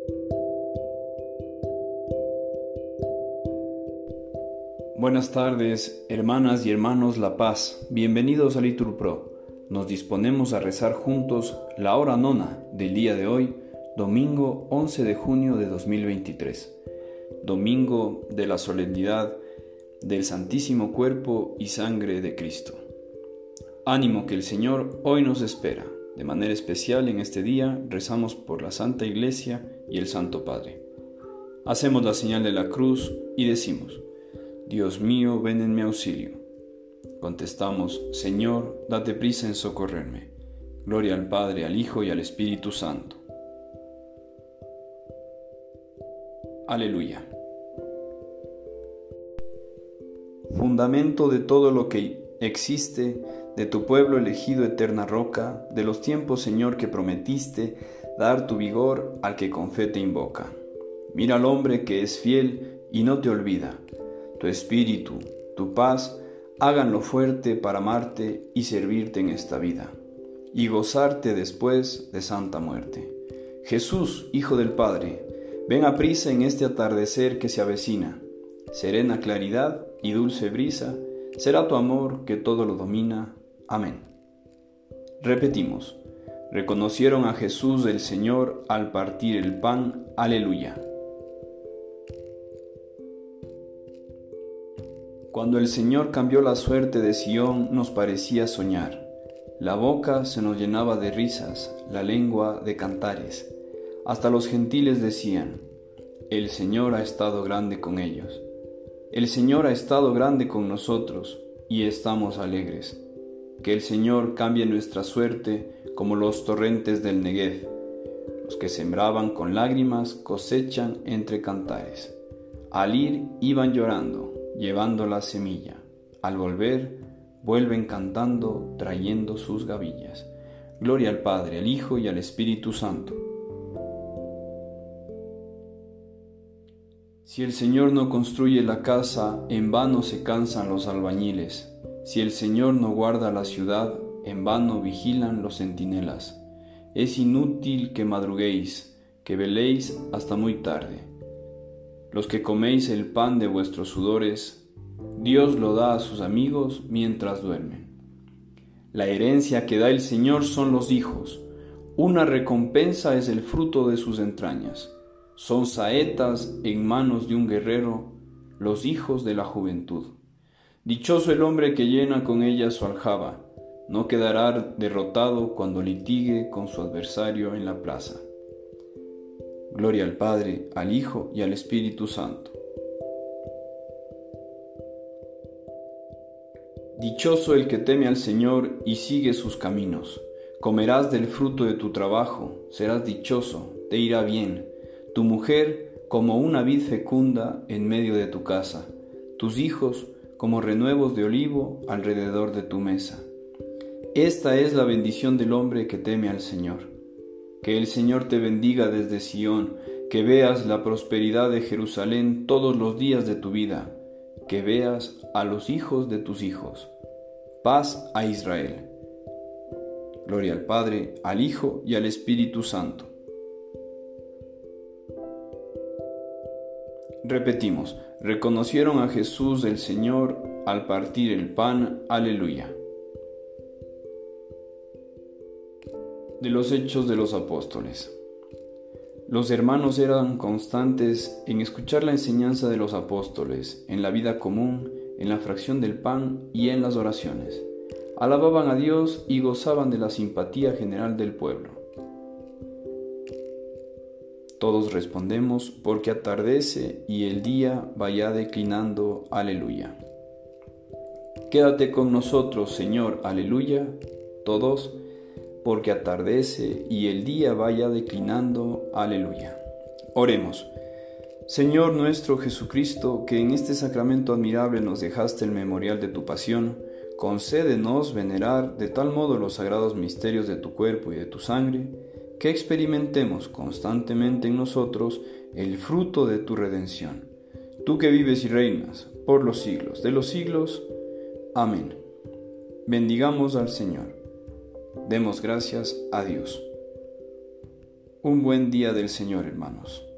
Buenas tardes, hermanas y hermanos La Paz. Bienvenidos a LiturPro. Nos disponemos a rezar juntos la hora nona del día de hoy, domingo 11 de junio de 2023, domingo de la solemnidad del Santísimo Cuerpo y Sangre de Cristo. Ánimo que el Señor hoy nos espera. De manera especial en este día rezamos por la Santa Iglesia y el Santo Padre. Hacemos la señal de la cruz y decimos: Dios mío, ven en mi auxilio. Contestamos: Señor, date prisa en socorrerme. Gloria al Padre, al Hijo y al Espíritu Santo. Aleluya. Fundamento de todo lo que existe, de tu pueblo elegido, eterna roca, de los tiempos, Señor, que prometiste dar tu vigor al que con fe te invoca. Mira al hombre que es fiel y no te olvida. Tu espíritu, tu paz, háganlo fuerte para amarte y servirte en esta vida, y gozarte después de santa muerte. Jesús, Hijo del Padre, ven aprisa en este atardecer que se avecina. Serena claridad y dulce brisa, será tu amor que todo lo domina. Amén. Repetimos: reconocieron a Jesús el Señor al partir el pan. Aleluya. Cuando el Señor cambió la suerte de Sión, nos parecía soñar. La boca se nos llenaba de risas, la lengua de cantares. Hasta los gentiles decían: el Señor ha estado grande con ellos. El Señor ha estado grande con nosotros, y estamos alegres. Que el Señor cambie nuestra suerte como los torrentes del Negev. Los que sembraban con lágrimas cosechan entre cantares. Al ir iban llorando, llevando la semilla. Al volver, vuelven cantando, trayendo sus gavillas. Gloria al Padre, al Hijo y al Espíritu Santo. Si el Señor no construye la casa, en vano se cansan los albañiles. Si el Señor no guarda la ciudad, en vano vigilan los centinelas. Es inútil que madruguéis, que veléis hasta muy tarde. Los que coméis el pan de vuestros sudores, Dios lo da a sus amigos mientras duermen. La herencia que da el Señor son los hijos. Una recompensa es el fruto de sus entrañas. Son saetas en manos de un guerrero, los hijos de la juventud. Dichoso el hombre que llena con ellas su aljaba, no quedará derrotado cuando litigue con su adversario en la plaza. Gloria al Padre, al Hijo y al Espíritu Santo. Dichoso el que teme al Señor y sigue sus caminos. Comerás del fruto de tu trabajo, serás dichoso, te irá bien. Tu mujer como una vid fecunda en medio de tu casa, tus hijos como renuevos de olivo alrededor de tu mesa. Esta es la bendición del hombre que teme al Señor. Que el Señor te bendiga desde Sión, que veas la prosperidad de Jerusalén todos los días de tu vida, que veas a los hijos de tus hijos. Paz a Israel. Gloria al Padre, al Hijo y al Espíritu Santo. Repetimos: reconocieron a Jesús el Señor al partir el pan. Aleluya. De los Hechos de los Apóstoles. Los hermanos eran constantes en escuchar la enseñanza de los apóstoles, en la vida común, en la fracción del pan y en las oraciones. Alababan a Dios y gozaban de la simpatía general del pueblo. Todos respondemos: porque atardece y el día vaya declinando. Aleluya. Quédate con nosotros, Señor. Aleluya. Todos: porque atardece y el día vaya declinando. Aleluya. Oremos. Señor nuestro Jesucristo, que en este sacramento admirable nos dejaste el memorial de tu pasión, concédenos venerar de tal modo los sagrados misterios de tu cuerpo y de tu sangre, que experimentemos constantemente en nosotros el fruto de tu redención. Tú que vives y reinas por los siglos de los siglos. Amén. Bendigamos al Señor. Demos gracias a Dios. Un buen día del Señor, hermanos.